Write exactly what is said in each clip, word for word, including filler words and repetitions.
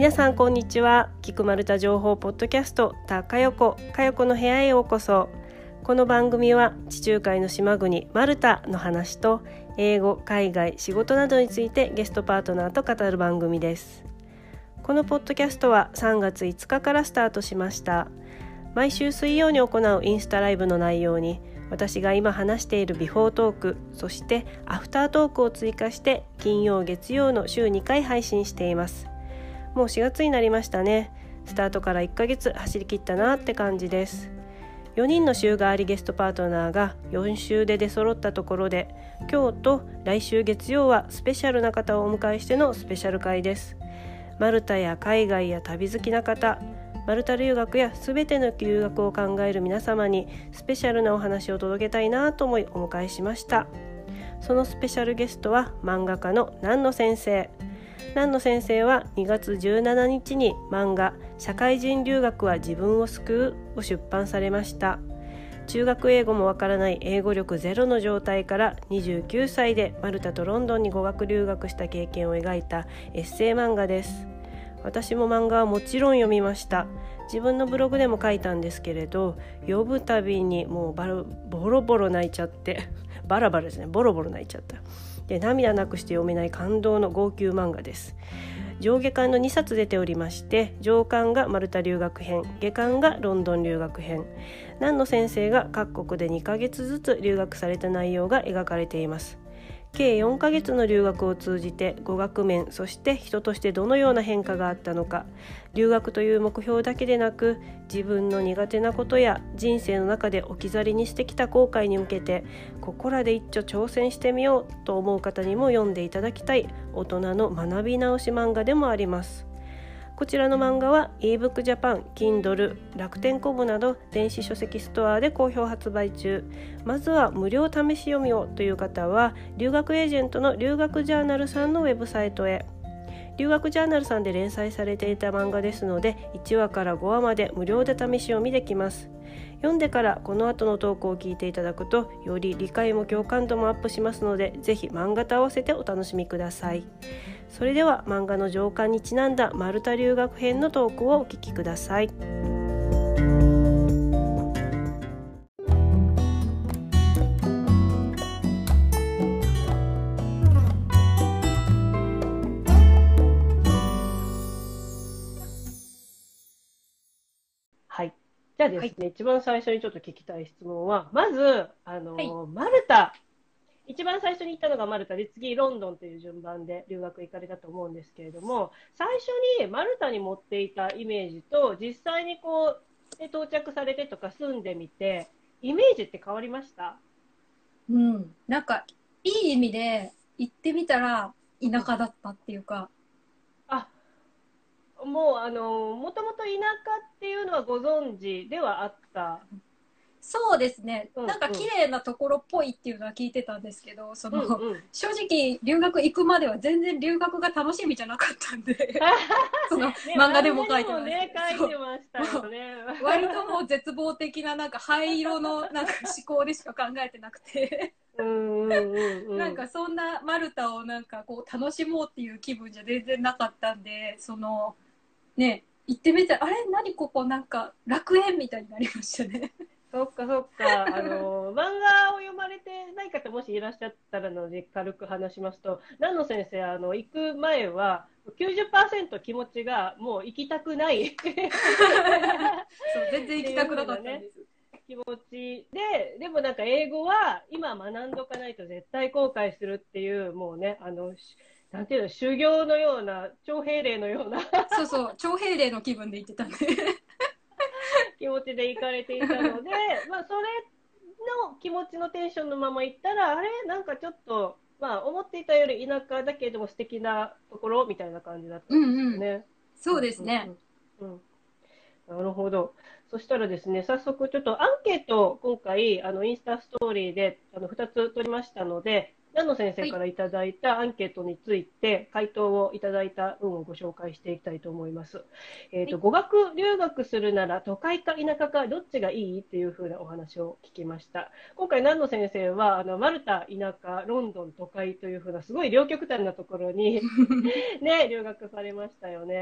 皆さんこんにちは。キクマルタ情報ポッドキャストたかよこかよこの部屋へようこそ。この番組は地中海の島国マルタの話と英語、海外、仕事などについてゲストパートナーと語る番組です。このポッドキャストはさんがついつかからスタートしました。毎週水曜に行うインスタライブの内容に私が今話しているビフォートーク、そしてアフタートークを追加して金曜月曜の週にかい配信しています。もうしがつになりましたね。スタートからいっかげつ走り切ったなって感じです。よにんの週替わりゲストパートナーがよん週で出揃ったところで、今日と来週月曜はスペシャルな方をお迎えしてのスペシャル回です。マルタや海外や旅好きな方、マルタ留学やすべての留学を考える皆様にスペシャルなお話を届けたいなと思いお迎えしました。そのスペシャルゲストは漫画家の南野先生。南野先生はにがつじゅうしちにちに漫画社会人留学は自分を救うを出版されました。中学英語もわからない英語力ゼロの状態からにじゅうきゅうさいでマルタとロンドンに語学留学した経験を描いたエッセイ漫画です。私も漫画はもちろん読みました。自分のブログでも書いたんですけれど、読むたびにもうバロボロボロ泣いちゃってバラバラですね、ボロボロ泣いちゃった。で、涙なくして読めない感動の号泣漫画です。上下巻のにさつ出ておりまして、上巻がマルタ留学編、下巻がロンドン留学編。南野先生が各国でにかげつずつ留学された内容が描かれています。計よんかげつの留学を通じて語学面、そして人としてどのような変化があったのか、留学という目標だけでなく自分の苦手なことや人生の中で置き去りにしてきた後悔に向けてここらで一丁挑戦してみようと思う方にも読んでいただきたい大人の学び直し漫画でもあります。こちらの漫画は ebook Japan、Kindle、楽天コムなど電子書籍ストアで好評発売中。まずは無料試し読みをという方は留学エージェントの留学ジャーナルさんのウェブサイトへ。留学ジャーナルさんで連載されていた漫画ですのでいちわからごわまで無料で試し読みできます。読んでからこの後のトークを聞いていただくとより理解も共感度もアップしますので、ぜひ漫画と合わせてお楽しみください。それでは漫画の上巻にちなんだマルタ留学編のトークをお聞きください。はい、じゃあですね、はい、一番最初にちょっと聞きたい質問は、まずあの、はい、マルタ、一番最初に行ったのがマルタで、次ロンドンという順番で留学行かれたと思うんですけれども、最初にマルタに持っていたイメージと実際にこうで到着されてとか住んでみてイメージって変わりました？ うん、なんかいい意味で行ってみたら田舎だったっていうか、 あ、もうあのもともと田舎っていうのはご存知ではあった？ そうですね、 うんうん、 なんか綺麗なところっぽいっていうのは聞いてたんですけど、その、 うんうん、 正直留学行くまでは全然留学が楽しみじゃなかったんでその、ね、漫画でも書いてました、 ね、書いてましたよね割ともう絶望的ななんか灰色のなんか思考でしか考えてなくてなんかそんなマルタをなんかこう楽しもうっていう気分じゃ全然なかったんで、そのね、行ってみたらあれ何ここなんか楽園みたいになりましたねそっかそっか、あの漫画を読まれてない方もしいらっしゃったらので軽く話しますと、南野先生あの行く前は きゅうじゅっパーセント 気持ちがもう行きたくないそう全然行きたくなかったんです、 気持ちで、でもなんか英語は今学んどかないと絶対後悔するっていうもうね、あのなんていうの、修行のような徴兵令のようなそうそう徴兵令の気分で行ってたんで気持ちで行かれていたのでまあそれの気持ちのテンションのまま行ったら、あれなんかちょっとまあ思っていたより田舎だけども素敵なところみたいな感じだったんですよね、うんうん、 そうですね、 うんうんうん、なるほど。そしたらですね、早速ちょっとアンケートを今回あのインスタストーリーであのふたつ取りましたので、南野先生からいただいたアンケートについて回答をいただいた文をご紹介していきたいと思います。えーと、語学留学するなら都会か田舎かどっちがいいっていうふうなお話を聞きました。今回南野先生はあのマルタ、田舎、ロンドン、都会というふうなすごい両極端なところに、ね、留学されましたよね。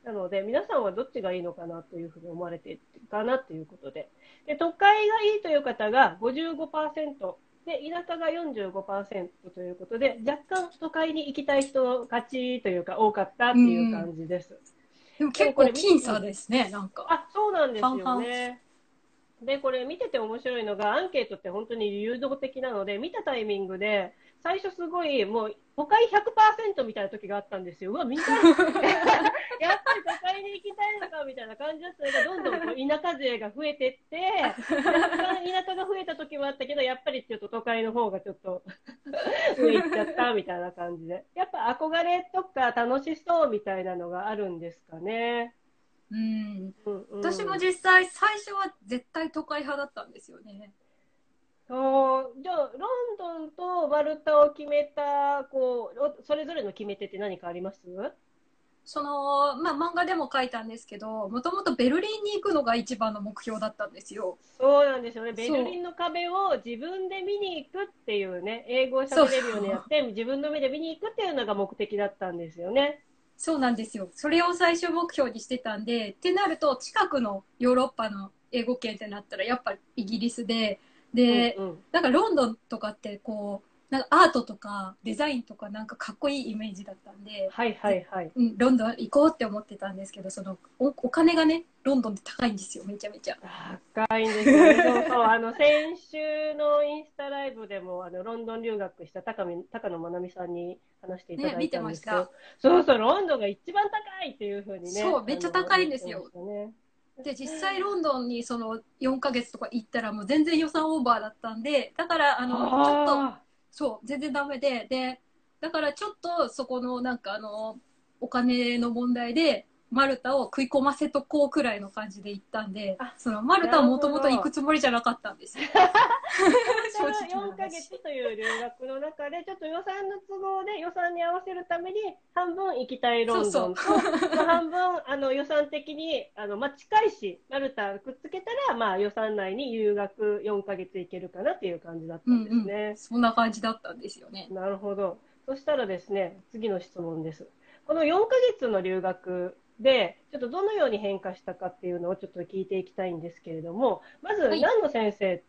なので皆さんはどっちがいいのかなというふうに思われているかなということで、で都会がいいという方が ごじゅうごパーセント で田舎が よんじゅうごパーセント ということで、若干都会に行きたい人の勝ちというか多かったっていう感じです。 でも結構僅差ですね、なんか。 あ、そうなんですよね。で、これ見てて面白いのが、アンケートって本当に流動的なので、見たタイミングで、最初すごい、もう、都会 ひゃくパーセント みたいな時があったんですよ。うわ、みんな、やっぱり都会に行きたいのかみたいな感じだったのが、どんどんこう田舎勢が増えてって、若干田舎が増えた時もあったけど、やっぱりちょっと都会の方がちょっと上行っちゃったみたいな感じで。やっぱ憧れとか楽しそうみたいなのがあるんですかね。 うん、うんうん、私も実際最初は絶対都会派だったんですよね。 あ、じゃあロンドンとマルタを決めたこうそれぞれの決め手って何かあります？ そのまあ漫画でも書いたんですけど、もともとベルリンに行くのが一番の目標だったんですよ。 そうなんですよね。ベルリンの壁を自分で見に行くっていうね、英語を喋れるようにやって自分の目で見に行くっていうのが目的だったんですよね。 そうなんですよ。それを最終目標にしてたんで、ってなると近くのヨーロッパの英語圏ってなったらやっぱりイギリスで、で、うんうん、なんかロンドンとかってこうなんかアートとかデザインとかなんかかっこいいイメージだったんで、 はいはいはい、 うん、ロンドン行こうって思ってたんですけど、その お, お金がねロンドンって高いんですよ、めちゃめちゃ高いんですよね。そうそう、あの先週のインスタライブでもあのロンドン留学した高見高野愛美さんに話していただいたんですけど、ね、そうそう、ロンドンが一番高いっていう風にね、 そうめっちゃ高いんですよ。で実際ロンドンにそのよんかげつとか行ったらもう全然予算オーバーだったんで、だからあのちょっとそう全然ダメで、でだからちょっとそこのなんかあのお金の問題でマルタを食い込ませとこうくらいの感じで行ったんで、そのマルタはもともと行くつもりじゃなかったんですよ。 よんかげつという留学の中でちょっと予算の都合で予算に合わせるために半分行きたいロンドンとそうそう半分あの予算的にあの、まあ、近いしマルタくっつけたら、まあ、予算内に留学よんかげつ行けるかなっていう感じだったんですね、うんうん、 そんな感じだったんですよね。 なるほど。そしたらですね、次の質問です。このよんかげつの留学でちょっとどのように変化したかっていうのをちょっと聞いていきたいんですけれども、まず南野先生って、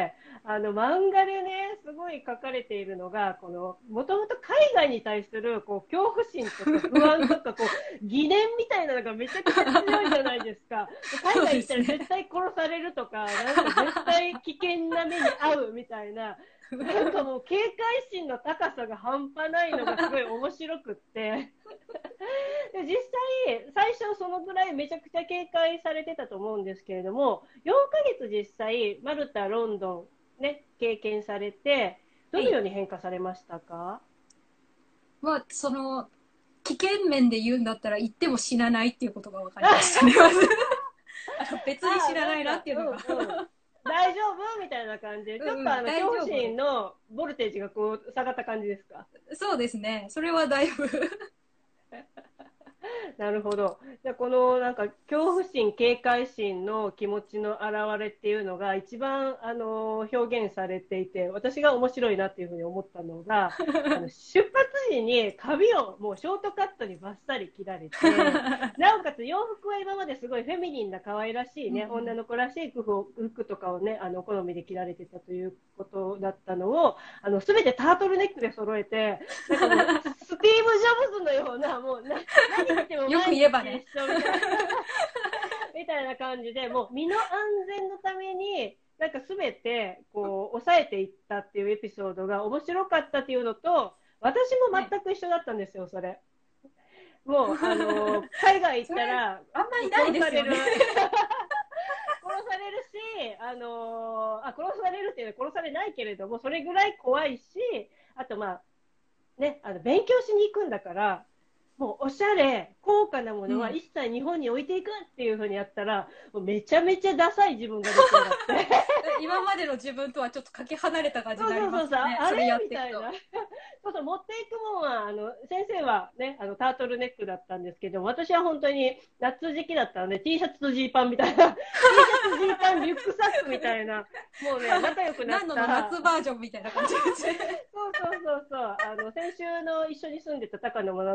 はい、あの漫画でねすごい書かれているのがこのもともと海外に対するこう恐怖心とか不安とかこう疑念みたいなのがめちゃくちゃ強いじゃないですか。海外行ったら絶対殺されるとか、なんか絶対危険な目に遭うみたいな。なんかもう警戒心の高さが半端ないのがすごい面白くってで実際最初そのぐらいめちゃくちゃ警戒されてたと思うんですけれども、よんかげつ実際マルタ、ロンドン、ね、経験されてどのように変化されましたか？ まあ、その危険面で言うんだったら行っても死なないっていうことが分かりましたねあの別に死なないなっていうのがうんうん大丈夫みたいな感じで、ちょっとあの恐怖心のボルテージがこう下がった感じですか？ そうですね、それはだいぶなるほど。じゃあこのなんか恐怖心、警戒心の気持ちの表れっていうのが一番あの表現されていて、私が面白いなっていうふうに思ったのがあの出発時に髪をもうショートカットにバッサリ切られてなおかつ洋服は今まですごいフェミニンな可愛らしいね、うん、女の子らしい服服とかをねあの好みで着られてたということだったのをあの全てタートルネックで揃えてなんかもうスティーブ・ジョブズのようなもうな何着てもよく言えばねみたいな感じでもう身の安全のためになんか全てこう抑えていったっていうエピソードが面白かったっていうのと私も全く一緒だったんですよそれ。もうあの海外行ったらあんまりないですよね殺されるしあのあ殺されるっていうのは殺されないけれどもそれぐらい怖いしあとまあねあの勉強しに行くんだからもうおしゃれ高価なものは一切日本に置いていくっていう風にやったら、うん、もうめちゃめちゃダサい自分が出てるって今までの自分とはちょっとかけ離れた感じになりますね。そうそうそうそう、 あれみたいなそうそう持っていくもんはあの先生はねあのタートルネックだったんですけど私は本当に夏時期だったので T シャツとジーパンみたいな T シャツジーパンリュックサックみたいなもうね仲良くなった何の夏バージョンみたいな感じですねそうそうそうそうあの先週の一緒に住んでた高野愛美さんに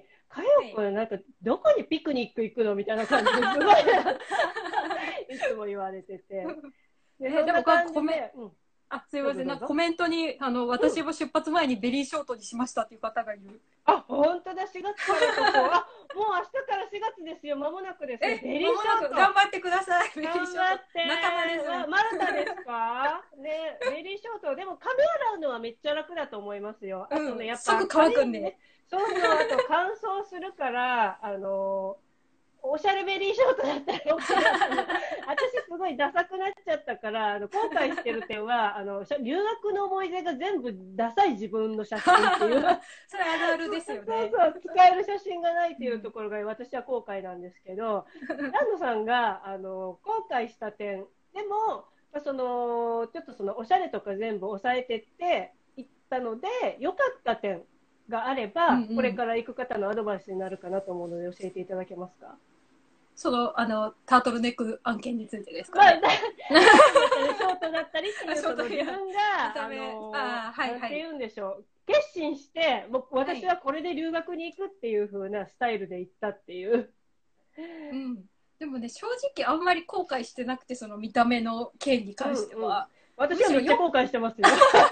に、かよこなんかどこにピクニック行くのみたいな感じですごいいつも言われてて。 で、そんな感じで、うん、あ、すいません、なんかコメントに、あの、私も出発前にベリーショートにしましたっていう方がいる。 あ、本当だ、しがつからここ。あ、もう明日からしがつですよ、間もなくですね。ベリーショート。 頑張ってください。 ベリーショート。頑張って。 仲間です。 マルタですかね、ベリーショート。でも髪洗うのはめっちゃ楽だと思いますよ。あとね、やっぱ。 すぐ乾くんで。 そうそう、あと乾燥するから、あのー、おしゃれベリーショートだったら私すごいダサくなっちゃったからあの後悔してる点はあの留学の思い出が全部ダサい自分の写真っていうそれあるあるですよね。 そうそう使える写真がないっていうところが私は後悔なんですけど、ランドさんがあの後悔した点でもそのちょっとそのおしゃれとか全部抑えてっていったので良かった点があれば、うんうん、これから行く方のアドバイスになるかなと思うので教えていただけますか。 そのあのタートルネック案件についてですかね。まあ、 ショートだったりっていうその自分があのあ、はいはい、なんて言うんでしょう、決心してもう私はこれで留学に行くっていう風なスタイルで行ったっていう、 はい、うん、でもね正直あんまり後悔してなくてその見た目の件に関しては、 うんうん、私はめっちゃ後悔してますよ。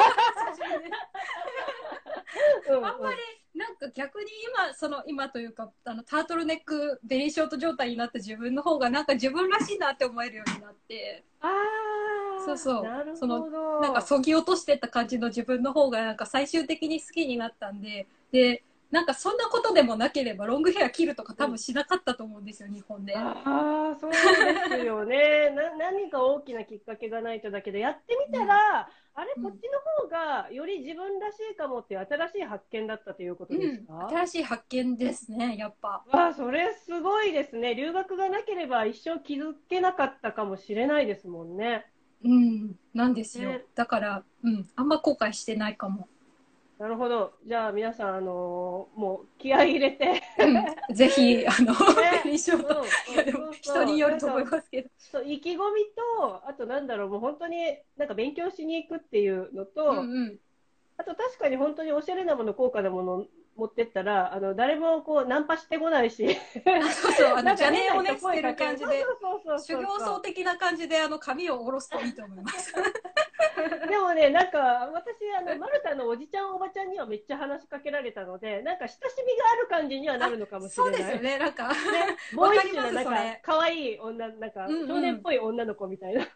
うんうん、あんまりなんか逆に今その今というかあのタートルネックベリーショート状態になった自分の方がなんか自分らしいなって思えるようになって、 あそうそうなるほど、 そのなんかそぎ落としてった感じの自分の方がなんか最終的に好きになったんで、でなんかそんなことでもなければロングヘア切るとか多分しなかったと思うんですよ、うん、日本で。 ああそうですよねな何か大きなきっかけがないとだけどやってみたら、うん、あれこっちの方がより自分らしいかもっていう新しい発見だったということですか。 うん、新しい発見ですねやっぱ。 わあそれすごいですね。留学がなければ一生気づけなかったかもしれないですもんね。 うんなんですよ、ね、だから、うん、あんま後悔してないかも。 なるほど。じゃあ皆さん、あのー、もう気合い入れて、 うん、ぜひあの、ね、ベリーショート、いやでも人によると思いますけど、 そう意気込みとあとなんだろうもう本当になんか勉強しに行くっていうのと、うんうん、あと確かに本当におしゃれなもの高価なもの持ってったらあの誰もこうナンパしてこないしそうそうあの邪念をね捨てる感じで修行僧的な感じであの髪を下ろすといいと思いますでもねなんか私あのマルタのおじちゃんおばちゃんにはめっちゃ話しかけられたのでなんか親しみがある感じにはなるのかもしれない。 そうですよねなんかねボーイッシュななんか可愛い女なんか、うんうん、少年っぽい女の子みたいな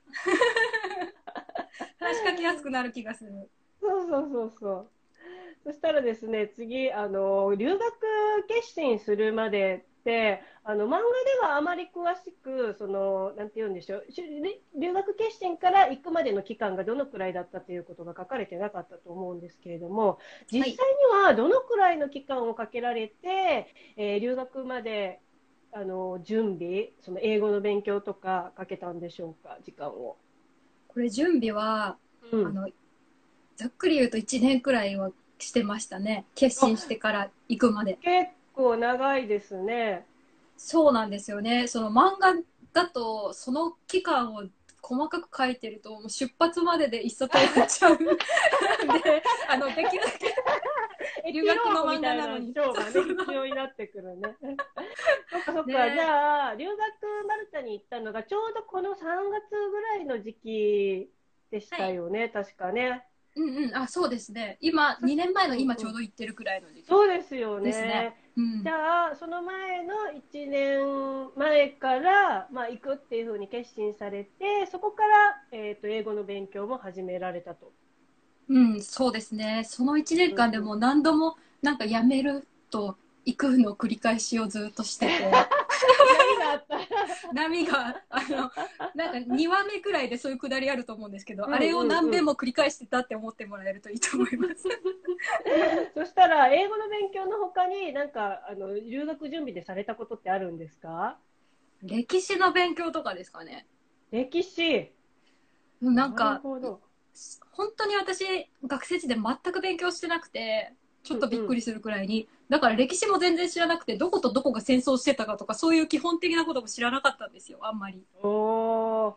話しかけやすくなる気がする。 そうそうそうそう。そしたらですね、次、あの、留学決心するまでって、あの、漫画ではあまり詳しく、その、なんて言うんでしょう、留学決心から行くまでの期間がどのくらいだったということが書かれてなかったと思うんですけれども、実際にはどのくらいの期間をかけられて、はい、えー、留学まで、あの、準備、その英語の勉強とかかけたんでしょうか、時間を。 これ準備は、うん、あの、ざっくり言うといちねんくらいはしてましたね。決心してから行くまで。 結構長いですね。 そうなんですよね。その漫画だとその期間を細かく書いてるともう出発までで一冊終わっちゃうであのできるだけ留学の漫画なのにそうがね必要になってくるね。そっかそっか、ね、じゃあ留学マルタに行ったのがちょうどこのさんがつぐらいの時期でしたよね、はい、確かね。 うんうん、あそうですね今にねんまえの今ちょうど行ってるくらいの時期そうですよね。 ですね、うん、 じゃあその前のいちねんまえから、まあ、行くっていうふうに決心されてそこから、えーと、英語の勉強も始められたと。 うんそうですねそのいちねんかんでも何度もなんかやめると行くの繰り返しをずっとしてて波があった波があのなんかにわめくらいでそういうくだりあると思うんですけど、うんうんうん、あれを何遍も繰り返してたって思ってもらえるといいと思いますそしたら英語の勉強の他になんかあの留学準備でされたことってあるんですか？ 歴史の勉強とかですかね。 歴史なんか本当に私学生時で全く勉強してなくてちょっとびっくりするくらいに、うんうん、だから歴史も全然知らなくてどことどこが戦争してたかとかそういう基本的なことも知らなかったんですよあんまり。 お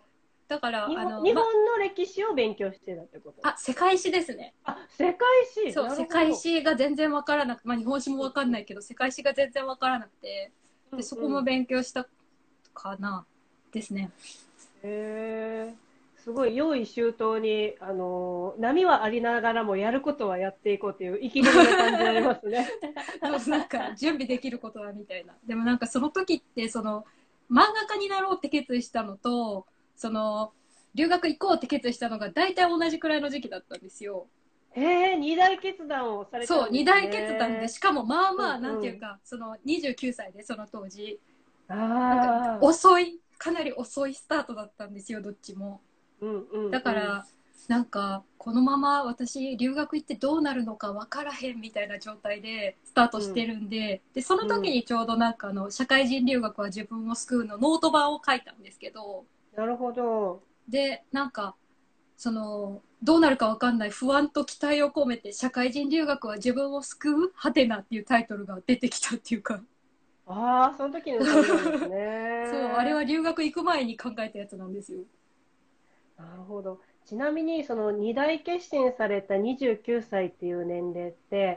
だから、 日本、 あの、 日ま、 本の歴史を勉強してたってこと？ あ、世界史ですね。 あ、世界史。 そう、世界史が全然わからなくて、まあ日本史もわかんないけど、世界史が全然わからなくて、で、そこも勉強したかな、ですね。 へえ、すごい用意周到に、あのー、波はありながらもやることはやっていこうという意気込みな感じになりますね。 そう、なんか準備できることはみたいな。でもなんかその時って、その、漫画家になろうって決意したのと、その、留学行こうって決意したのが大体同じくらいの時期だったんですよ。 へえ、二大決断をされたそう、 んです二大決断で、 ね。 しかもまあまあ、 うんうん。 なんていうか、そのにじゅうきゅうさいで、その当時、なんかああ、 遅い、かなり遅いスタートだったんですよ、どっちも。 うんうんうん。 だから、なんか、このまま私、留学行ってどうなるのか分からへんみたいな状態でスタートしてうんるんで、で、そのうん。 時にちょうどなんかあの、社会人留学は自分を救うのノート版を書いたんですけど、 なるほど。 で、なんか、その、どうなるか分かんない不安と期待を込めて、社会人留学は自分を救うはてなっていうタイトルが出てきたっていうか、 ああ、その時に浮かんだんですそう、あれね。 は留学行く前に考えたやつなんですよ。 なるほど。ちなみに、その二大決心されたにじゅうきゅうさいっていう年齢って、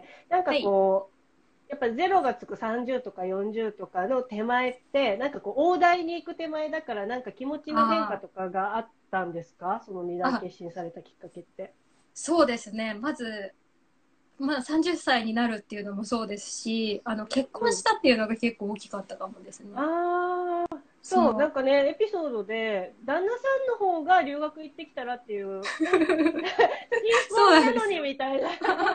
なんかはい。 こう、やっぱゼロがつくさんじゅうとかよんじゅうとかの手前って、なんかこう、大台に行く手前だから、なんか気持ちの変化あとかがあったんですか？その二大あ、あ、 決心されたきっかけって。 そうですね。まず、まあ、さんじゅっさいになるっていうのもそうですし、あの結うん。 婚したっていうのが結構大きかったかもですね。 ああ、そう、なそのんかね、エピソードで、旦那さんの方が留学行ってきたらっていう、え、新そう婚なのなんですよ。 にみたいな。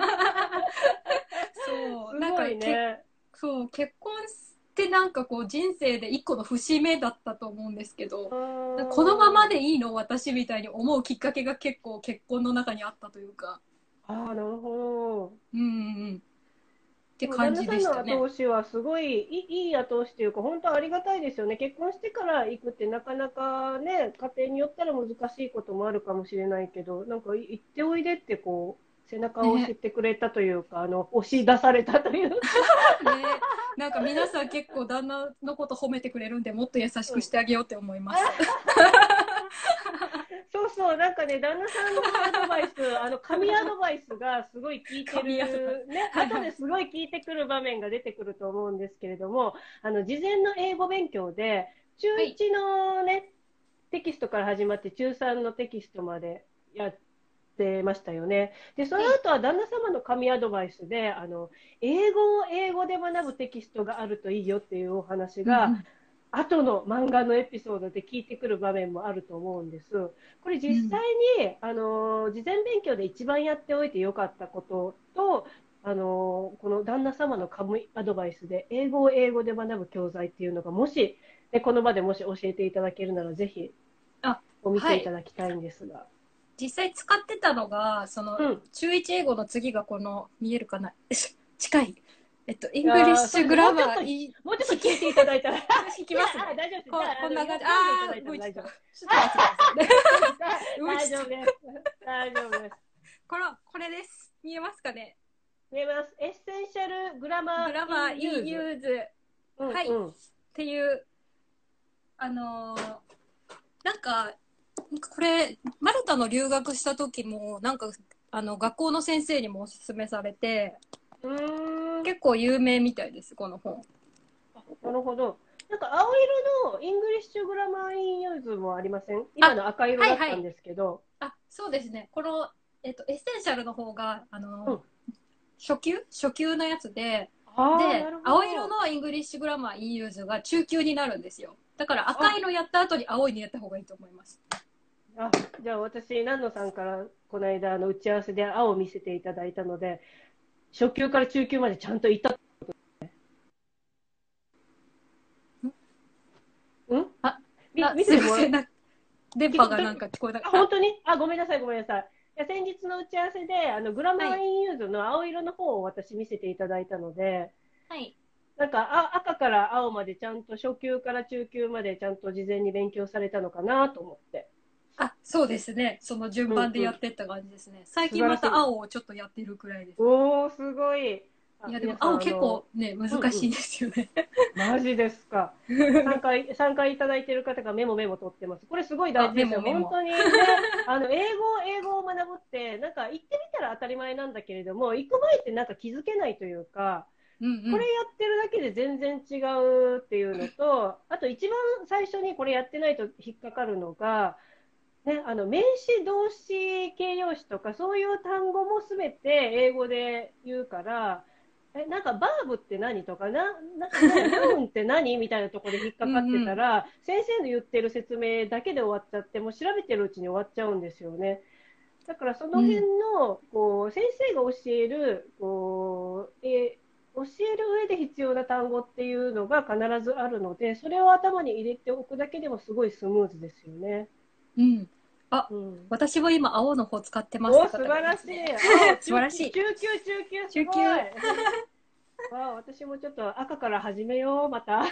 そう、 すごなんかけ、 いね。 そう、結婚ってなんかこう人生で一個の節目だったと思うんですけど、 うこのまーん。 までいいの私みたいに思うきっかけが結構結婚の中にあったというか、 ああ、なるほど。 うんうんうんってでも旦那感じさんのでしたね。 後押しはすごいいい、いい後押しというか、本当ありがたいですよね。結婚してから行くってなかなかね、家庭によったら難しいこともあるかもしれないけど、なんか行っておいでってこう、背中を押ね。 してくれたというか、あの、押し出されたというか。 ね、なんか皆さん結構旦那のこと褒めてくれるんで、もっと優しうん。 くしてあげようって思います。 そうそう、なんかね、旦那さんのアドバイス、あの、神アドバイスがすごい効いて神アドバイス。 る、ね、 はいはい。 後ですごい効いてくる場面が出てくると思うんですけれども、あの、事前の英語勉強で、中はい。 いちのね、テキストから始まって中さんのテキストまでやってましたよね。で、そのはい。 後は旦那様の神アドバイスで、あの、英語を英語で学ぶテキストがあるといいよっていうお話が、 うんうん。 後の漫画のエピソードで聞いてくる場面もあると思うんです。これ実際うん。 に、あの、事前勉強で一番やっておいてよかったことと、あの、この旦那様の神アドバイスで、英語を英語で学ぶ教材っていうのが、もし、でこの場でもし教えていただけるなら、ぜひあ、 お見せいたはい。 だきたいんですが。 実際使ってたのが、その、 うん。 中いち英語の次がこの、見えるかな近い。えっと、イングリッああ、そうですね。もシュグラうちょっと、 マー、い、 もうちょっと引き、 聞いていただいたら。い引きや、 ますね。 あ、大丈夫です。じゃこ、 あ、あの、よこんな感じ。あ読んでいただいー、動いてた。 たら大丈夫。 ちょっと待ってくださいね。動い大てた。 丈夫です。大丈夫です。 この、これです。見えますかね？ 見えます。エッセンシャルグラマーグラマーインユーインユズ。 ーズ。 うんはい。っうん。 ていう、あのーなんか、これ、マルタの留学した時も、なんか、あの、学校の先生にもおすすめされて、 うーん。 結構有名みたいです、この本。 あ、なるほど。なんか青色のイングリッシュグラマーインユーズもありません？今あ、 の赤色はいはい。 だったんですけど。 あ、そうですね。この、えっと、エッセンシャルの方が、あの、 うん。 初級初級のやつで、 ああ、なで、 るほ青色ど。 のイングリッシュグラマー イーユーズが中級になるんですよ。だから赤あ、 いのやった後に青いのやった方がいいと思います。 あ、じゃあ私、南野さんからこの間、あの打ち合わせで青を見せていただいたので、初級から中級までちゃんと行った。んあ、 み、 あ、 見せてもらう。 すいません。な電聞こど波がなんか聞こえなあ、 あ、 本当にあ、ごめんなさい、ごめんなさい。いや、先日の打ち合わせで、あの、グラマーはい。 インユーズの青色の方を私見せていただいたので、 はい。 なんか、あ、赤から青までちゃんと初級から中級までちゃんと事前に勉強されたのかなと思って。 あ、そうですね。その順番でうんうん。 やってった感じですね。最近また素晴らしい。 青をちょっとやってるくらいです。 おー、すごい。 いやでも青結構ね難しいですよね。 うんうん、マジですか。さんかいさんかいいただいてる方がメモメモ取ってます。これすごい大事ですよ。メモメモ本当にね、あの英語英語を学ぶってなんか行ってみたら当たり前なんだけれども、行く前ってなんか気づけないというか。うんうん、これやってるだけで全然違うっていうのと、あと一番最初にこれやってないと引っかかるのが、ね、あの名詞動詞形容詞とかそういう単語もすべて英語で言うから、えなんかバーブって何とかななナウンって何みたいなところで引っかかってたらうん、うん、先生の言ってる説明だけで終わっちゃって、もう調べてるうちに終わっちゃうんですよね。だからその辺の、うん、こう先生が教えるこう、え教える上で必要な単語っていうのが必ずあるので、それを頭に入れておくだけでもすごいスムーズですよね。 うん。あ、うん、私も今青の方使ってます、 ね。お、素晴らしい。 素晴らしい。 中級中級すごい。わあ、私もちょっと赤から始めようまた。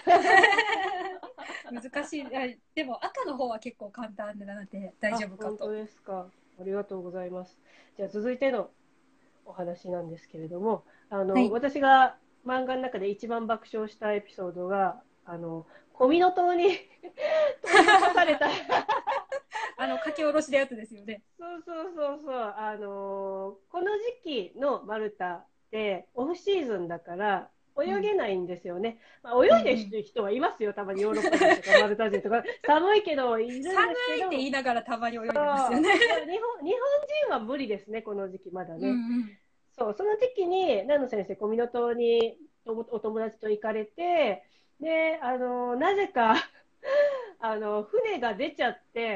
難しい。でも赤の方は結構簡単なので大丈夫かと。 本当ですか。ありがとうございます。じゃあ続いてのお話なんですけれども、あの、はい、私が漫画の中で一番爆笑したエピソードが、あの小湊島に取り残されたあの書き下ろしのやつですよね。 そうそうそうそう、あのこの時期のマルタってオフシーズンだから泳げないんですよね。うんまあ、泳いでる人はいますよ、たまにヨーロッパ人とかマルタ人とか寒いけどいるんですけど、 寒いって言いながらたまに泳いでますよね。 日本、日本人は無理ですね、この時期まだね。うんうん、そうその時期にナノ先生小湊島にお友達と行かれて、であのなぜかあの船が出ちゃって。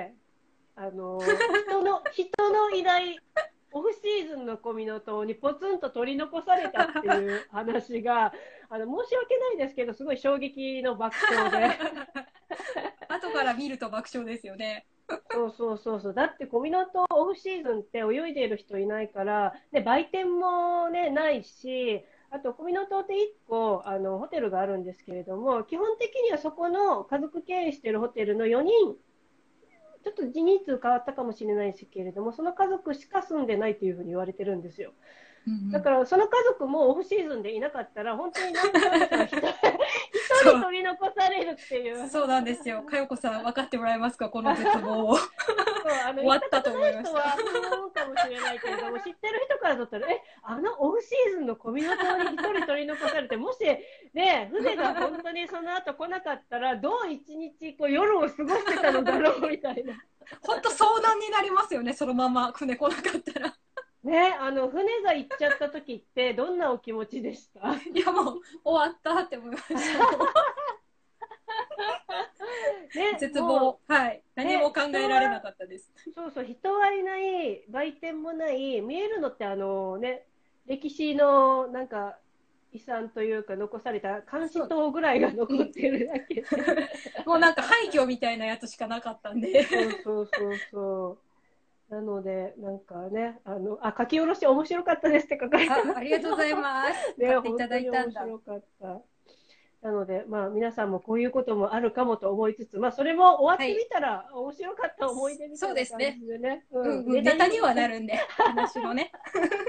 あの人の人のいないオフシーズンの小湊島にポツンと取り残されたっていう話があの申し訳ないですけどすごい衝撃の爆笑で後から見ると爆笑ですよね。 そうそうそうそう、だって小湊島オフシーズンって泳いでいる人いないからで売店も、ね、ないし、あと小湊島っていっこあのホテルがあるんですけれども、基本的にはそこの家族経営しているホテルのよにんちょっと人数変わったかもしれないですけれども、その家族しか住んでないというふうに言われてるんですよ。うんうん、だからその家族もオフシーズンでいなかったら本当に何回か一人取り残されるっていう。 そうなんですよ。佳代子さん分かってもらえますか、この絶望を。そうあの終わったと思いました。 行ったことない人は不かもしれないけれども、知ってる人からだったらえあのオフシーズンの小湊島に一人取り残されて、もしね船が本当にその後来なかったらどう一日こう夜を過ごしてたのだろうみたいな。 本当相談になりますよね、そのまま船来なかったら。 ね、あの船が行っちゃった時ってどんなお気持ちでした？ いやもう終わったって思いました。ね、絶望、はい、何も考えられなかったです。 そうそう、人はいない、売店もない、見えるのってあのね、歴史のなんか遺産というか残された監視塔ぐらいが残ってるだけで、 もうなんか廃墟みたいなやつしかなかったんで。 そうそうそうそう。なので、なんかね、あの、あ、書き下ろし面白かったですって書かれてあ、ありがとうございます。ね、買っていただいたんだ。 面白かった。なので、まあ、皆さんもこういうこともあるかもと思いつつ、まあ、それも終わってみたら、はい、面白かった思い出みたいな感じでね。そうですね。 うん、ネタにはなるんで、話のね。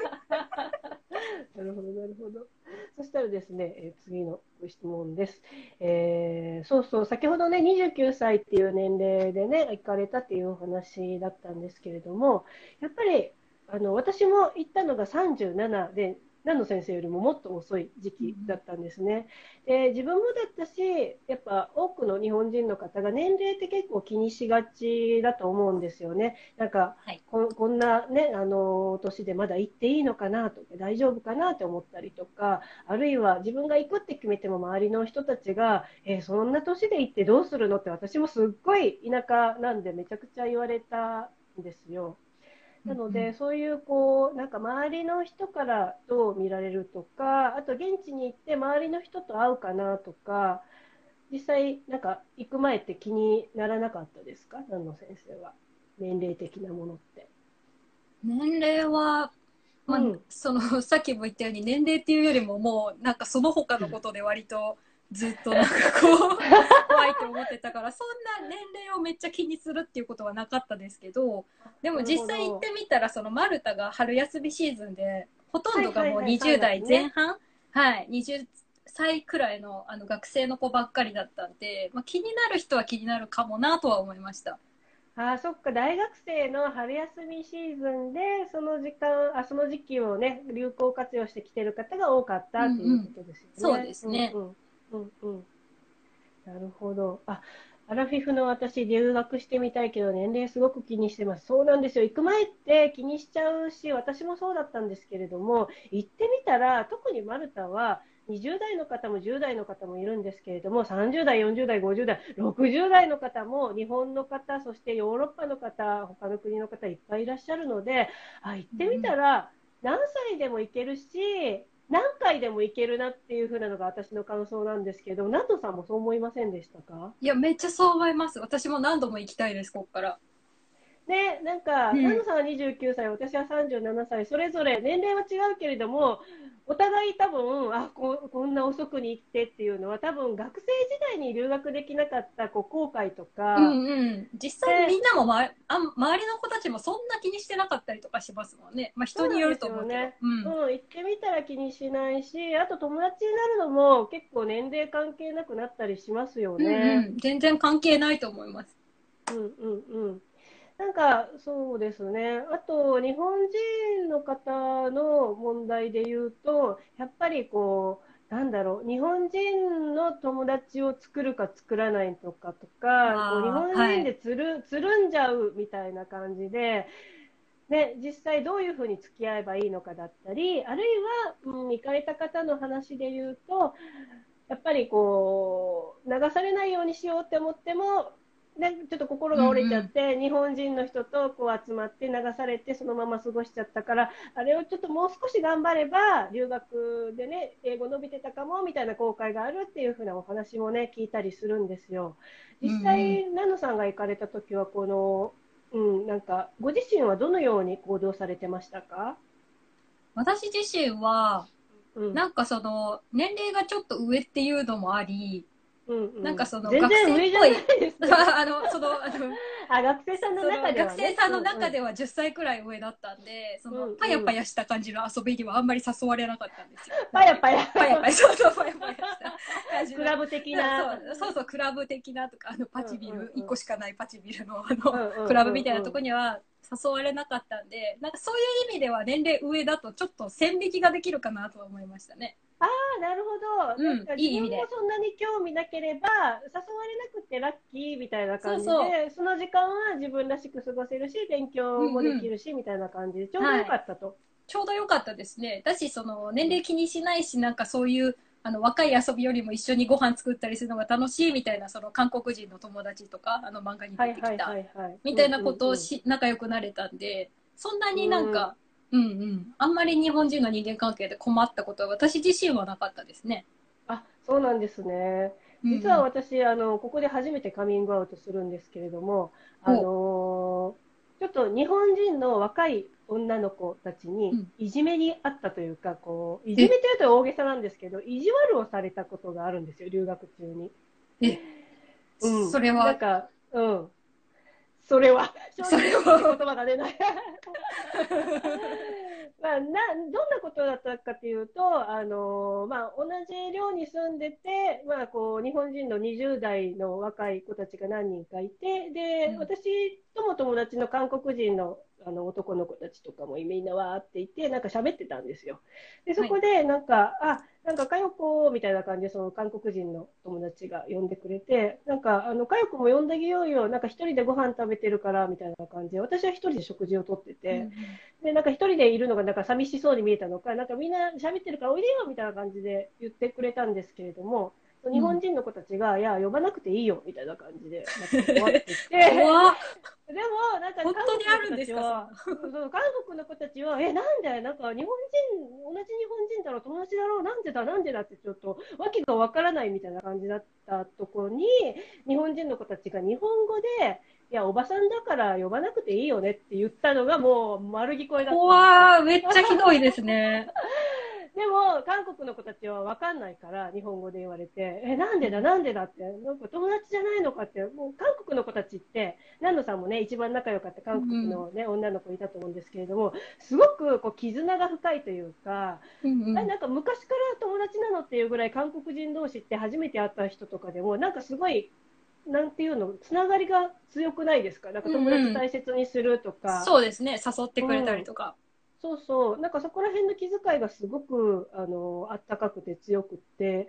なるほど、なるほど。そしたらですね、えー、次のご質問です。えー、そうそう、先ほどね、にじゅうきゅうさいっていう年齢でね、行かれたっていうお話だったんですけれども、やっぱり、あの、私も行ったのがさんじゅうななで、南野先生よりももっと遅い時期だったんですね。で、自分もだったし、やっぱ多くの日本人の方が年齢って結構気にしがちだと思うんですよね。なんか、はい、こ, こんなね、あの年でまだ行っていいのかなとか、大丈夫かなって思ったりとか、あるいは自分が行くって決めても周りの人たちが、えー、そんな年で行ってどうするのって、私もすっごい田舎なんでめちゃくちゃ言われたんですよ。なので、そういうこうなんか周りの人からどう見られるとか、あと現地に行って周りの人と会うかなとか、実際なんか行く前って気にならなかったですか、南野先生は。年齢的なものって。 年齢は、まあうん、そのさっきも言ったように年齢っていうよりももうなんかその他のことで割とずっとなんかこう怖いと思ってたから、そんな年齢をめっちゃ気にするっていうことはなかったですけど、でも実際行ってみたらそのマルタが春休みシーズンでほとんどがもうにじゅうだいぜん半はい、にじゅっさいくらいの、あの学生の子ばっかりだったんで、まあ、気になる人は気になるかもなとは思いました。 ああ、そっか、大学生の春休みシーズンで、その時間、あ、その時期をね、有効活用してきてる方が多かったうんっていううん。 ことですよそうね。 ですね。 うんうん。うんうん。なるほど。あ、アラフィフの私、留学してみたいけど、年齢すごく気にしてます。そうなんですよ。行く前って気にしちゃうし、私もそうだったんですけれども、行ってみたら、特にマルタは、にじゅう代の方もじゅう代の方もいるんですけれども、さんじゅう代、よんじゅう代、ごじゅう代、ろくじゅう代の方も、日本の方、そしてヨーロッパの方、他の国の方、いっぱいいらっしゃるので、あ、行ってみうんうん。 たら、何歳でも行けるし、何回でも行けるなっていう風なのが私の感想なんですけど、ナトさんもそう思いませんでしたか？ いや、めっちゃそう思います。私も何度も行きたいです、ここから。 ね、なんか、 うん。 ナノさんはにじゅうきゅうさい、私はさんじゅうななさい、それぞれ年齢は違うけれども、お互い多分、あ、こ、こんな遅くに行ってっていうのは、多分学生時代に留学できなかったこう後悔とうか、 んうん。実際みで、 んなも、ま、あん周りの子たちもそんな気にしてなかったりとかしますもんね。まあ人によるそうなんですと思うけど。 よね。 うん。 うん、行ってみたら気にしないし、あと友達になるのも結構年齢関係なくなったりしますようんね。 うん。全然関係ないと思います。 うんうんうん。なんか、そうですね。あと、日本人の方の問題で言うと、やっぱりこう、なんだろう、日本人の友達を作るか作らないとかとか、こう日ああ、 本人はい。 でつる、つるんじゃうみたいな感じで、ね、実際どういうふうに付き合えばいいのかだったり、あるいは、うん、行かれた方の話で言うと、やっぱりこう、流されないようにしようって思っても、ね、ちょっと心うんが折れちうん。 ゃって、日本人の人とこう集まって流されて、そのまま過ごしちゃったから、あれをちょっともう少し頑張れば、留学でね、英語伸びてたかもみたいな後悔があるっていうふうなお話もね、聞いたりするんですよ。実うんうん。 際、ナノさんが行かれた時は、この、うん、なんか、ご自身はどのように行動されてましたか？ 私自身は、 うん、 なんかその、年齢がちょっと上っていうのもあり、 うん、 なんかうん。 その学全然上じゃな生っぽい、 いですね。 あの、その、あの、 あ、学生さんのその中ではね。 学生さんのうん、うん、 中ではじゅっさいくらい上だったんで、そうのパヤん、うん。 パヤした感じの遊びにはあんまり誘われなかったんですよ。なんていうか、 パヤパヤ。 パヤパヤ、そうそう、パヤパヤした感じの、 クラブ的な。 そうそうそう、クラブ的なとか、あのパうん、うん、 チビル、1 うん。 個しかないパチビルのあのうん、うん、 クラブみたいなとうん、うん。 こには誘われなかったんで、なんかそういう意味では年齢上だとちょっと線引きができるかなとは思いましたね。 ああ、なるほど。なんうん、 か自分もいい意味で。 そんなに興味なければ、誘われなくてラッキーみたいなそうそ感じで、その時間は自分らしく過ごせるし、勉う。う強もんうん。 できるし、みたいな感じで、ちょうどよはい。 かったと。 ちょうど良かったですね。だし、その年うん、 齢気にしないし、なんかそういうあの若い遊びよりも一緒にご飯作ったりするのが楽しいみたいな、その韓国人の友達とか、あの漫画にはいはいは出てきたいはい。 みうんうたいなことをんし仲良くなれたんで、そんなうになんん。うん。 か、うんうん、あんまり日本人の人間関係で困ったことは私自身はなかったですね。 あ、そうなんですね。 うん実はうん。 私、あの、ここで初めてカミングアウトするんですけれども、あほのちょっと日本人の若い女の子たちう。うにん。 いじめにあったというか、こう、いじえ、 めというと大げさなんですけど、意地悪をされたことがあるんですよ、留学中に。 え、 うん。 それは、 なんか、うん。それは、正そ直すぎて言れは葉が出ないまあ、な、どんなことだったかというと、あのまあ、同じ寮に住んでて、まあ、こう、日本人のにじゅう代の若い子たちが何人かいて、で、 うん。 私とも友達の韓国人の、あの男の子たちとかもみんなわーっていて、なんか喋ってたんですよ。で、そはい。 こで、なんか、あ、なんか、かよこみたいな感じで、その韓国人の友達が呼んでくれて、なんか、あの、かよこも呼んであげようよ、なんか一人でご飯食べてるから、みたいな感じで、私は一人で食事をとってて、 うんうん。 で、なんか一人でいるのがなんか寂しそうに見えたのか、なんかみんな喋ってるからおいでよみたいな感じで言ってくれたんですけれども、日うん。 本人の子たちが、いや、呼ばなくていいよみたいな感じで、なんか断ってきて、 怖っ。 でも、なんか韓本当にあ国の子たるんですか、そんな。 ちは、その韓国の子たちは、え、なんで、なんか日本人、同じ日本人だろう、友達だろう、なんでだ、なんでだってちょっと、わけがわからないみたいな感じだったところに、日本人の子たちが日本語で、いや、おばさんだから呼ばなくていいよねって言ったのがもう丸聞こえだったんですよ。 怖ー、めっちゃひどいですね。 でも韓国の子たちは分かんないから日本語で言われて、えなんでだなんでだって、なんか友達じゃないのかって。もう韓国の子たちって南野さんもね一番仲良かった韓国の、ね、うん、女の子いたと思うんですけれども、すごくこう絆が深いというか、うんうん、なんか昔から友達なのっていうぐらい韓国人同士って初めて会った人とかでもなんかすごいなんていうの、つながりが強くないですか？なんか友達大切にするとか、 うんうん、そうですね、誘ってくれたりとか、 うん、そうそう、なんかそこら辺の気遣いがすごくあのあったかくて強くって、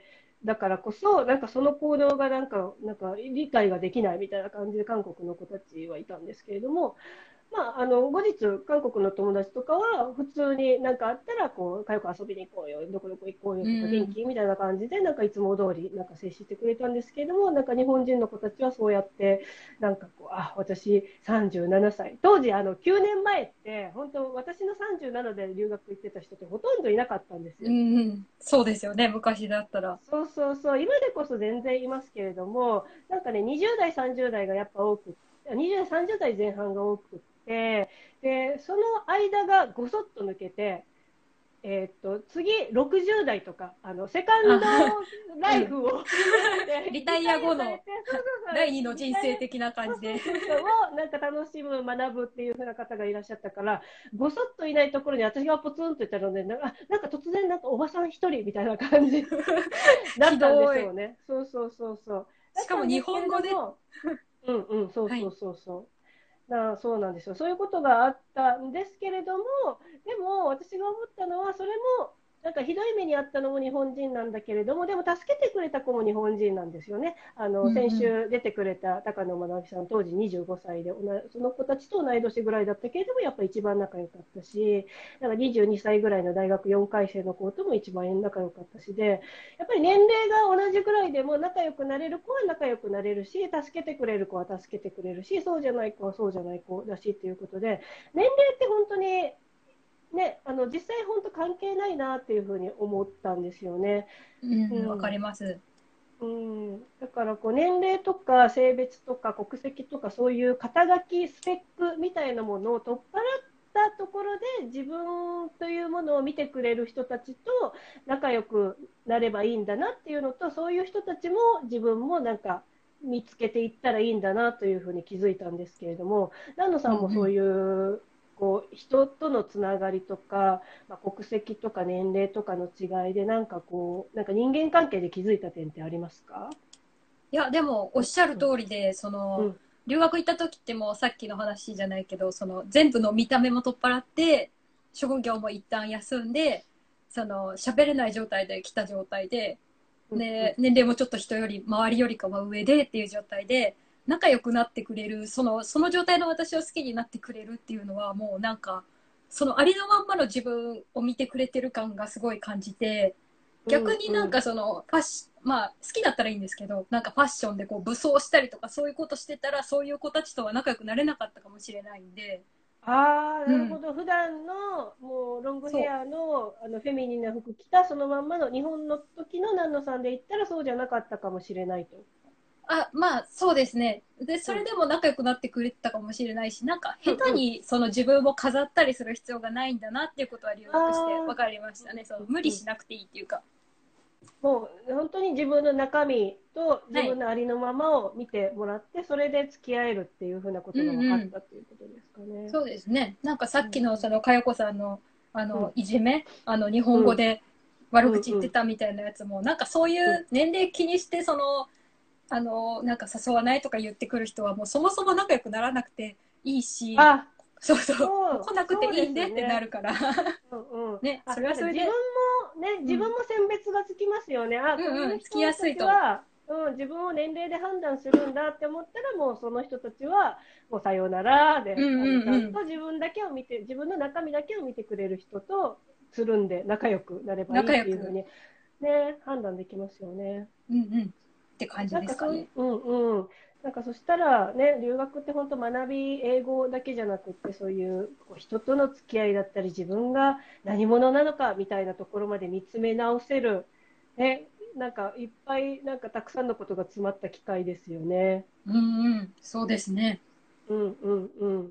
だからこそなんかその行動がなんかなんか理解ができないみたいな感じで韓国の子たちはいたんですけれども、まあ、あの後日、韓国の友達とかは普通になんかあったらこう、かよく遊びに行こうよ、どこどこ行こうよとか、元気みたいな感じでなんかいつも通りなんか接してくれたんですけれども、なんか日本人の子たちはそうやってなんかこう、あ、私さんじゅうななさい、当時あのきゅうねんまえって本当私のさんじゅうななで留学行ってた人ってほとんどいなかったんですよ。 うんうん、そうですよね、昔だったら。 そうそうそう、今でこそ全然いますけれども、なんかね、にじゅう代、さんじゅう代がやっぱ多く、にじゅう代、さんじゅう代前半が多くて、で、その間がごそっと抜けて、えー、っと次、ろくじゅう代とか、あのセカンドライフを、うん、 リタイア後の第二の人生的な感じで。 をなんか楽しむ、学ぶっていう風な方がいらっしゃったから、ごそっといないところに私がポツンといったので、なんかなんか突然なんかおばさん一人みたいな感じだったんでしょうね。そうそうそうそう。 しかも日本語で。 うんうん、そうそうそうそう。はい、なそうなんですよ。そういうことがあったんですけれども、でも私が思ったのは、それもなんかひどい目にあったのも日本人なんだけれども、でも助けてくれた子も日本人なんですよね。あの、うんうん、先週出てくれた高野学さん、当時にじゅうごさいで、その子たちと同い年ぐらいだったけれども、やっぱり一番仲良かったし、なんかにじゅうにさいぐらいの大学よんかい生の子とも一番仲良かったしで、やっぱり年齢が同じぐらいでも仲良くなれる子は仲良くなれるし、助けてくれる子は助けてくれるし、そうじゃない子はそうじゃない子だしということで、年齢って本当にね、あの実際本当関係ないなっていうふうに思ったんですよね。 うん、わ、うん、かります。 うん、だからこう年齢とか性別とか国籍とかそういう肩書きスペックみたいなものを取っ払ったところで自分というものを見てくれる人たちと仲良くなればいいんだなっていうのと、そういう人たちも自分もなんか見つけていったらいいんだなというふうに気づいたんですけれども、南野さんもそういう、うんうん、こう人とのつながりとか、まあ、国籍とか年齢とかの違いでなんかこうなんか人間関係で気づいた点ってありますか？ いやでもおっしゃる通りで、その、うん、留学行った時ってもうさっきの話じゃないけど、その全部の見た目も取っ払って職業も一旦休んで、その喋れない状態で来た状態で、で年齢もちょっと人より周りよりかは上でっていう状態で仲良くなってくれる、そのその状態の私を好きになってくれるっていうのは、もうなんかそのありのまんまの自分を見てくれてる感がすごい感じて、逆になんかそのファッション、まあ好きだったらいいんですけど、なんかファッションでこう武装したりとかそういうことしてたら、そういう子たちとは仲良くなれなかったかもしれないんで。 ああ、なるほど、うん、普段のもうロングヘアのあのフェミニンな服着たそのまんまの日本の時の南野さんで言ったらそうじゃなかったかもしれないと。 あ、まあそうですね。でそれでも仲良くなってくれたかもしれないし、なんか下手にその自分を飾ったりする必要がないんだなっていうことは留学して分かりましたね。その無理しなくていいっていうか、 もう本当に自分の中身と自分のありのままを見てもらって、はい、それで付き合えるっていうふうなことが分かったっていうことですかね。うんうん、 そうですね。なんかさっきのその佳代子さんのあの、うん、いじめ、あの日本語で悪口言ってたみたいなやつも、うんうん、なんかそういう年齢気にしてそのあのなんか誘わないとか言ってくる人はもうそもそも仲良くならなくていいし、あ、そうそう、そう来なくていいんでってなるから、 うんうん、 ね、それはそれで自分もね、自分も選別がつきますよね。うん、あ、こういう人たちは、うん、自分を年齢で判断するんだって思ったら、もうその人たちはもうさようならで、うんうんうん、ちゃんと自分だけを見て、自分の中身だけを見てくれる人とつるんで仲良くなればいいっていうふうにね、判断できますよね。 うんうん。って感じですかね。 うんうん。なんかそしたらね、留学って本当学び、英語だけじゃなくってそういう人との付き合いだったり自分が何者なのかみたいなところまで見つめ直せる、ね、なんかいっぱいなんかたくさんのことが詰まった機会ですよね。 うんうん、そうですね。 うんうんうん。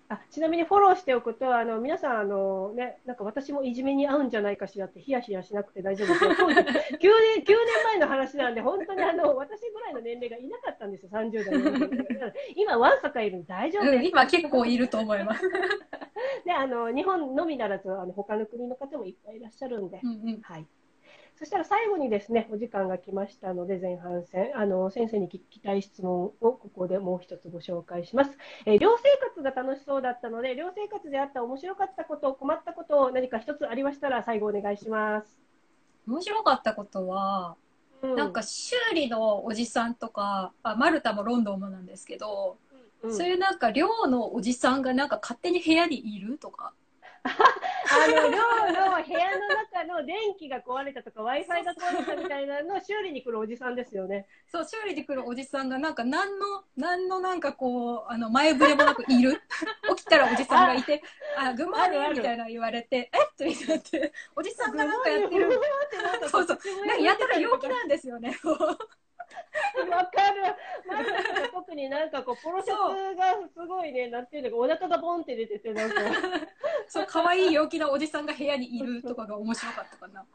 あ、ちなみにフォローしておくと、あの皆さんあの、ね、なんか私もいじめに遭うんじゃないかしらってヒヤヒヤしなくて大丈夫ですよ。当時きゅうねん、きゅうねんまえの話なんで、本当にあの私ぐらいの年齢がいなかったんですよ、さんじゅう代、よんじゅう代。今、わんさかいるんで大丈夫です、 うん、今結構いると思います。 で、あの日本のみならずあの他の国の方もいっぱいいらっしゃるんで、 うんうん、 はい。そしたら最後にですね、お時間が来ましたので、前半戦、あの先生に聞きたい質問をここでもう一つご紹介します。えー、寮生活が楽しそうだったので、寮生活であった面白かったこと、困ったこと、何か一つありましたら、最後お願いします。 面白かったことは、うん、なんか修理のおじさんとか、あ、マルタもロンドンもなんですけど、うんうん、そういうなんか寮のおじさんがなんか勝手に部屋にいるとか。 あの寮の部屋の中の電気が壊れたとか Wi-Fi が壊れたみたいなのを修理に来るおじさんですよね。 そう修理に来るおじさんがなんか何の何のなんかこうあの前触れもなくいる起きたらおじさんがいて「あグマね」みたいな言われて「えっ?」って言っておじさんがなんかやってるそうそうなんかやたら陽気なんですよね。 わかる。マルタとか特になんかこうポロシャツがすごいね、なんていうのかお腹がボンって出ててなんかそう可愛い陽気なおじさんが部屋にいるとかが面白かったかな。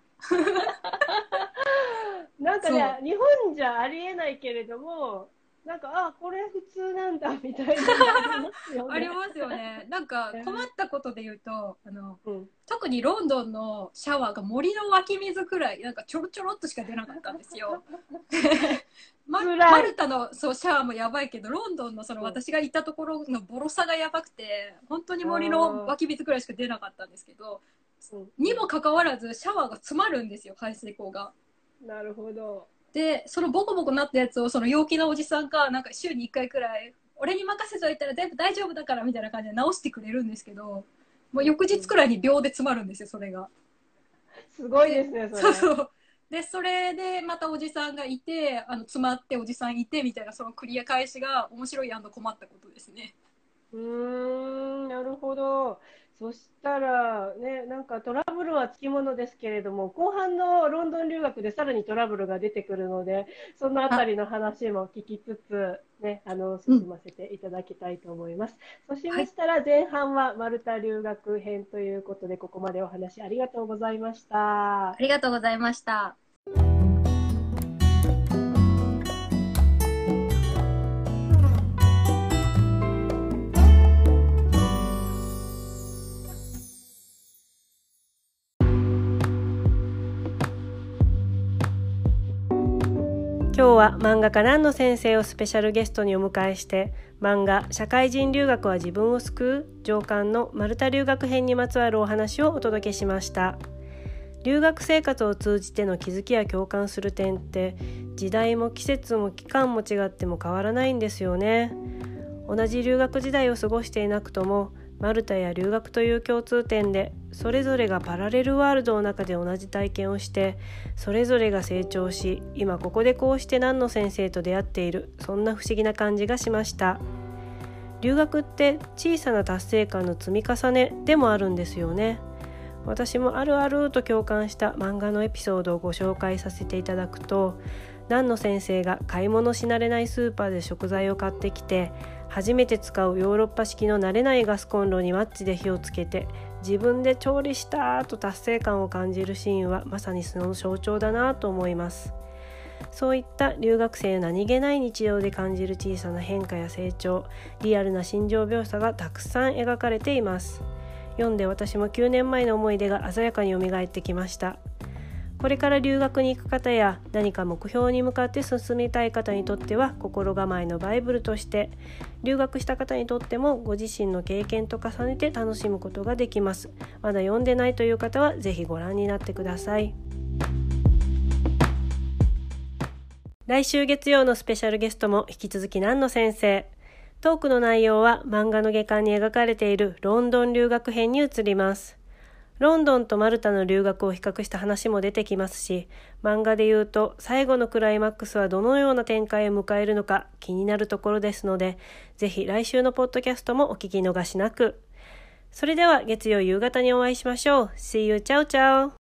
なんかね日本じゃありえないけれども。なんかあこれ普通なんだみたいなありますよね。なんか困ったことで言うとあの、うん、特にロンドンのシャワーが森の湧き水くらいなんかちょろちょろっとしか出なかったんですよ。マ, マルタのそうシャワーもやばいけどロンドンのその私が行ったところのボロさがやばくて本当に森の湧き水くらいしか出なかったんですけど、うん、にもかかわらずシャワーが詰まるんですよ排水口が。 なるほど。でそのボコボコなったやつをその陽気なおじさんがなんか週にいっかいくらい俺に任せといたら全部大丈夫だからみたいな感じで直してくれるんですけどもう翌日くらいに秒で詰まるんですよそれが。 すごいですねそれ。 そうそうでそれでまたおじさんがいてあの詰まっておじさんいてみたいなその繰り返しが面白い&困ったことですね。 うーんなるほど。そしたらねなんかトラブルはつきものですけれども後半のロンドン留学でさらにトラブルが出てくるのでそのあたりの話も聞きつつ、ね、あの進ませていただきたいと思います、うん、そうしましたら前半はマルタ留学編ということでここまでお話ありがとうございました。 ありがとうございました。 今日は漫画家蘭野先生をスペシャルゲストにお迎えして漫画社会人留学は自分を救う上巻のマルタ留学編にまつわるお話をお届けしました。留学生活を通じての気づきや共感する点って時代も季節も期間も違っても変わらないんですよね。同じ留学時代を過ごしていなくともマルタや留学という共通点でそれぞれがパラレルワールドの中で同じ体験をしてそれぞれが成長し今ここでこうして蘭野先生と出会っているそんな不思議な感じがしました。留学って小さな達成感の積み重ねでもあるんですよね。私もあるあると共感した漫画のエピソードをご紹介させていただくと蘭野先生が買い物し慣れないスーパーで食材を買ってきて初めて使うヨーロッパ式の慣れないガスコンロにマッチで火をつけて自分で調理したと達成感を感じるシーンはまさにその象徴だなと思います。そういった留学生の何気ない日常で感じる小さな変化や成長、リアルな心情描写がたくさん描かれています。読んで私もきゅうねんまえの思い出が鮮やかに蘇ってきました。これから留学に行く方や何か目標に向かって進みたい方にとっては心構えのバイブルとして留学した方にとってもご自身の経験と重ねて楽しむことができます。まだ読んでないという方はぜひご覧になってください。来週月曜のスペシャルゲストも引き続き蘭野先生。トークの内容は漫画の下巻に描かれているロンドン留学編に移ります。ロンドンとマルタの留学を比較した話も出てきますし、漫画で言うと最後のクライマックスはどのような展開を迎えるのか気になるところですので、ぜひ来週のポッドキャストもお聞き逃しなく。それでは月曜夕方にお会いしましょう。See you, ciao ciao!